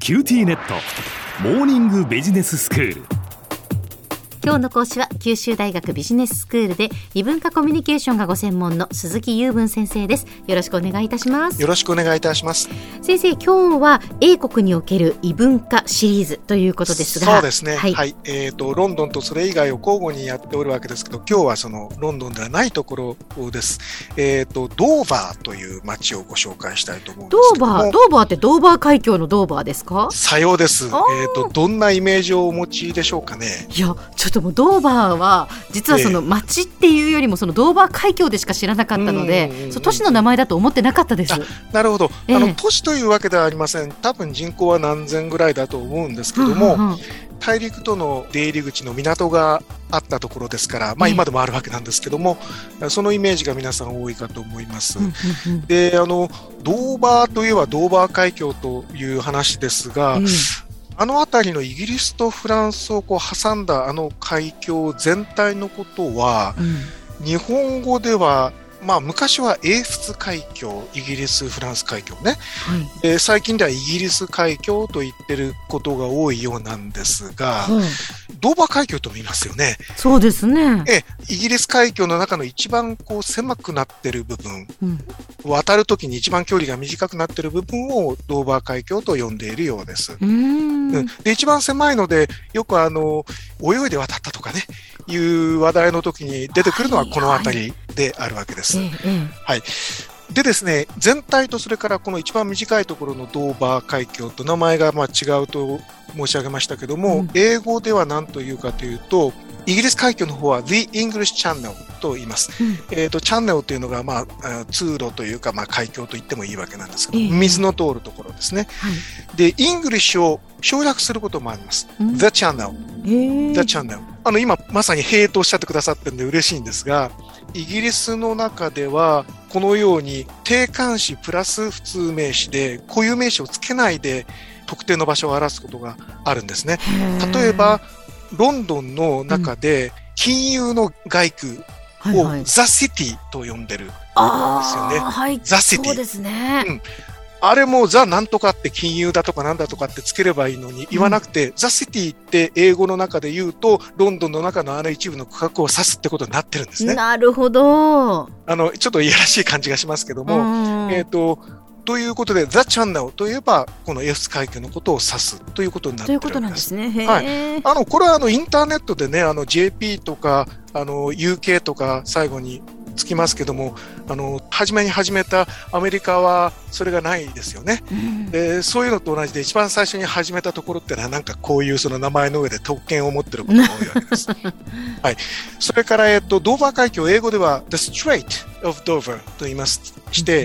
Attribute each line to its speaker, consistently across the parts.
Speaker 1: キューティーネットモーニングビジネススクール。
Speaker 2: 今日の講師は九州大学ビジネススクールで異文化コミュニケーションがご専門の鈴木雄文先生です。よろしくお願いいたします。
Speaker 3: よろしくお願いいたします。
Speaker 2: 先生、今日は英国における異文化シリーズということですが、
Speaker 3: そうですね、
Speaker 2: はい、
Speaker 3: ロンドンとそれ以外を交互にやっておるわけですけど、今日はそのロンドンではないところです。ドーバーという街をご紹介したいと思うんですけども。
Speaker 2: ドーバーってドーバー海峡のドーバーですか？
Speaker 3: さようです。どんなイメージをお持ちでしょうかね。
Speaker 2: いや、ちょっともうドーバーは実はその街っていうよりもそのドーバー海峡でしか知らなかったので、都市の名前だと思ってなかったです。
Speaker 3: なるほど。都市というわけではありません。多分人口は何千ぐらいだと思うんですけども、大陸との出入り口の港があったところですから、今でもあるわけなんですけども、そのイメージが皆さん多いかと思います。で、ドーバーといえばドーバー海峡という話ですが、あの辺りのイギリスとフランスを挟んだあの海峡全体のことは、日本語では昔は英仏海峡、イギリス、フランス海峡ね、最近ではイギリス海峡と言ってることが多いようなんですが、ドーバー海峡とも言いますよね。
Speaker 2: そうですね。
Speaker 3: イギリス海峡の中の一番狭くなってる部分、渡るときに一番距離が短くなってる部分をドーバー海峡と呼んでいるようです。で、一番狭いので、よく泳いで渡ったとかね、いう話題の時に出てくるのはこの辺りであるわけです。でですね、全体とそれからこの一番短いところのドーバー海峡と名前が違うと申し上げましたけども、英語では何というかというと、イギリス海峡の方は The English Channel と言います。チャンネルというのが通路というか海峡と言ってもいいわけなんですけど、水の通るところですね。で、イングリッシュを省略することもあります。The Channel。The Channel。今まさにへーとおっしゃってくださってるんで嬉しいんですが、イギリスの中ではこのように定冠詞プラス普通名詞で固有名詞をつけないで特定の場所を表すことがあるんですね。例えばロンドンの中で金融の街区をザ・シティと呼んでるんですよね。ザ・シティ。
Speaker 2: そうですね。
Speaker 3: あれもザなんとかって金融だとかなんだとかってつければいいのに言わなくて、ザ・シティって英語の中で言うとロンドンの中のあの一部の区画を指すってことになってるんですね。
Speaker 2: なるほど。
Speaker 3: ちょっといやらしい感じがしますけども、ということで、ザ・チャンネルといえば、この英仏海峡のことを指すということになっているわけです。
Speaker 2: ということなんですね。
Speaker 3: これはインターネットでね、JP とか、UK とか最後につきますけども、初めに始めたアメリカはそれがないですよね。で、そういうのと同じで、一番最初に始めたところってのは、なんかこういうその名前の上で特権を持っていることが多いわけです。それから、ドーバー海峡、英語では The Strait of Dover と言いまして、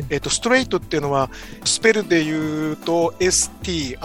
Speaker 3: ストレートっていうのは、スペルで言うと STRAIT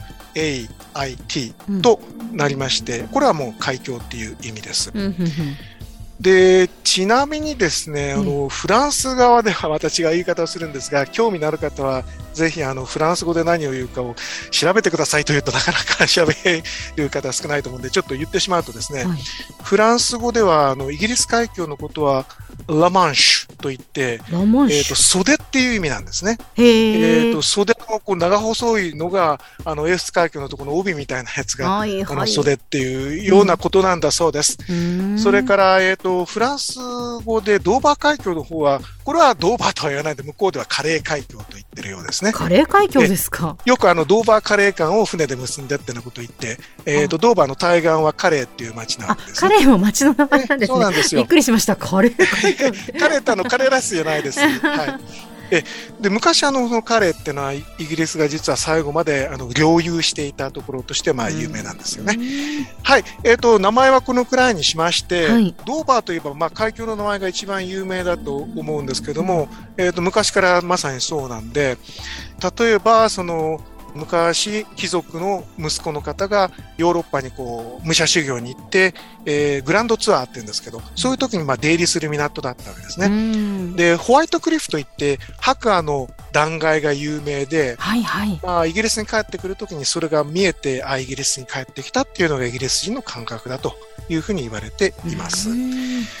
Speaker 3: となりまして、これはもう海峡っていう意味です。で、ちなみにですね、フランス側では私が言い方をするんですが、興味のある方は、ぜひフランス語で何を言うかを調べてくださいと言うとなかなか調べる方は少ないと思うんで、ちょっと言ってしまうとですね、フランス語ではイギリス海峡のことはラマンシュと言って、袖っていう意味なんですね。袖の長細いのが英仏海峡のところの帯みたいなやつが袖っていうようなことなんだそうです。それからフランス語でドーバー海峡の方は、これはドーバーとは言わないで、向こうではカレー海峡と言ってるようですね。
Speaker 2: カレー海峡ですか？
Speaker 3: よくドーバーカレー間を船で結んでってなことを言って、ドーバーの対岸はカレーっていう町なわけです、ね。
Speaker 2: カレーも町の名前なんですね。
Speaker 3: そうなんですよ。
Speaker 2: びっくりしました。カレー海峡って。
Speaker 3: カレーってカレーライスじゃないです。で、昔そのカレーっていうのはイギリスが実は最後まで領有していたところとして有名なんですよね。名前はこのくらいにしまして、ドーバーといえば海峡の名前が一番有名だと思うんですけども、昔からまさにそうなんで、例えば昔貴族の息子の方がヨーロッパに武者修行に行って、グランドツアーって言うんですけど、そういう時に出入りする港だったわけですね。で、ホワイトクリフといって白亜の断崖が有名で、イギリスに帰ってくる時にそれが見えて、イギリスに帰ってきたっていうのがイギリス人の感覚だというふうに言われています。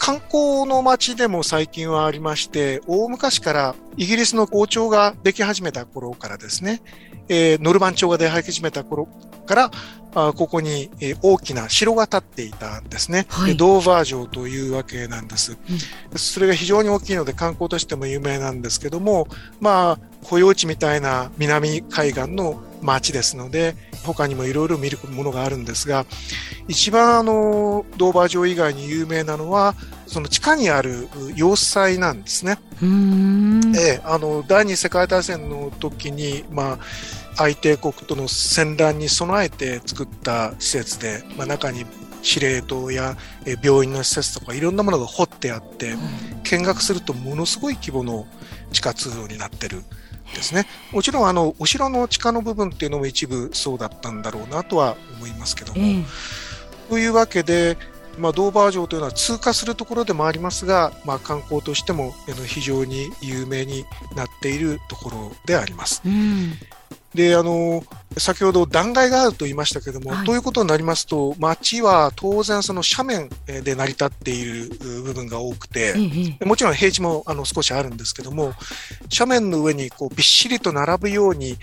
Speaker 3: 観光の街でも最近はありまして、大昔からイギリスの王朝ができ始めた頃からですね、ノルマン朝が出始めた頃からここに大きな城が建っていたんですね。
Speaker 2: はい、
Speaker 3: ドーバー城というわけなんです、それが非常に大きいので観光としても有名なんですけども、保養地みたいな南海岸の街ですので、他にもいろいろ見るものがあるんですが、一番ドーバー城以外に有名なのはその地下にある要塞なんですね。第二次世界大戦の時に、相手国との戦乱に備えて作った施設で、中に司令塔や病院の施設とかいろんなものが掘ってあって、見学するとものすごい規模の地下通路になってるですね。もちろんお城の地下の部分っていうのも一部そうだったんだろうなとは思いますけども、というわけで、ドーバー城というのは通過するところでもありますが、観光としても非常に有名になっているところであります。で、先ほど断崖があると言いましたけども、ということになりますと、町は当然その斜面で成り立っている部分が多くて、もちろん平地も少しあるんですけども、斜面の上にこうびっしりと並ぶように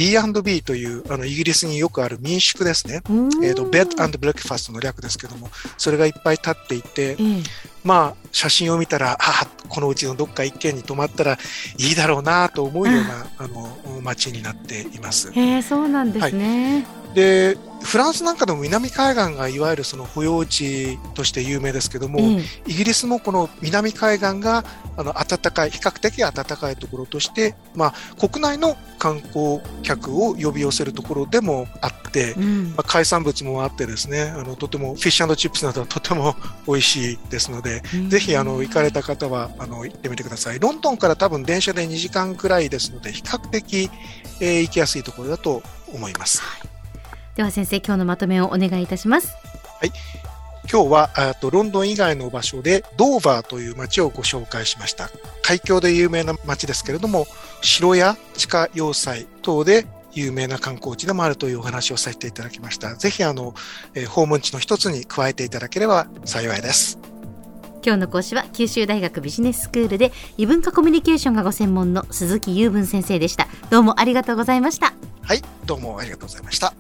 Speaker 3: B&B というイギリスによくある民宿ですね、ベッド&ブレックファストの略ですけども、それがいっぱい立っていて、写真を見たら、このうちのどっか一軒に泊まったらいいだろうなと思うような街になっています。
Speaker 2: そうなんですね。
Speaker 3: で、フランスなんかでも南海岸がいわゆるその保養地として有名ですけども、イギリスもこの南海岸が暖かい、比較的暖かいところとして、国内の観光客を呼び寄せるところでもあって、海産物もあってですね、とてもフィッシュ&チップスなどはとても美味しいですので、ぜひ行かれた方は行ってみてください。ロンドンから多分電車で2時間くらいですので、比較的、行きやすいところだと思います。
Speaker 2: では先生、今日のまとめをお願いいたします。
Speaker 3: 今日はロンドン以外の場所でドーバーという街をご紹介しました。海峡で有名な街ですけれども、城や地下要塞等で有名な観光地でもあるというお話をさせていただきました。ぜひ訪問地の一つに加えていただければ幸いです。
Speaker 2: 今日の講師は九州大学ビジネススクールで異文化コミュニケーションがご専門の鈴木雄文先生でした。どうもありがとうございました。
Speaker 3: はい、どうもありがとうございました。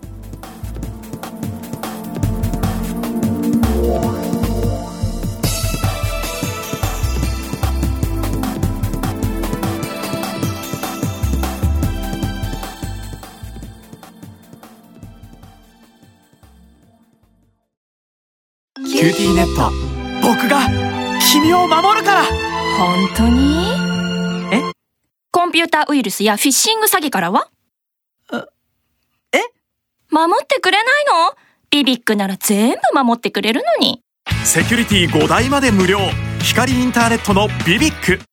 Speaker 1: キューティーネット、僕が君を守るから。
Speaker 4: 本当に？コンピューターウイルスやフィッシング詐欺からは？守ってくれないの？ビビックなら全部守ってくれるのに。
Speaker 1: セキュリティ5台まで無料。光インターネットのビビック。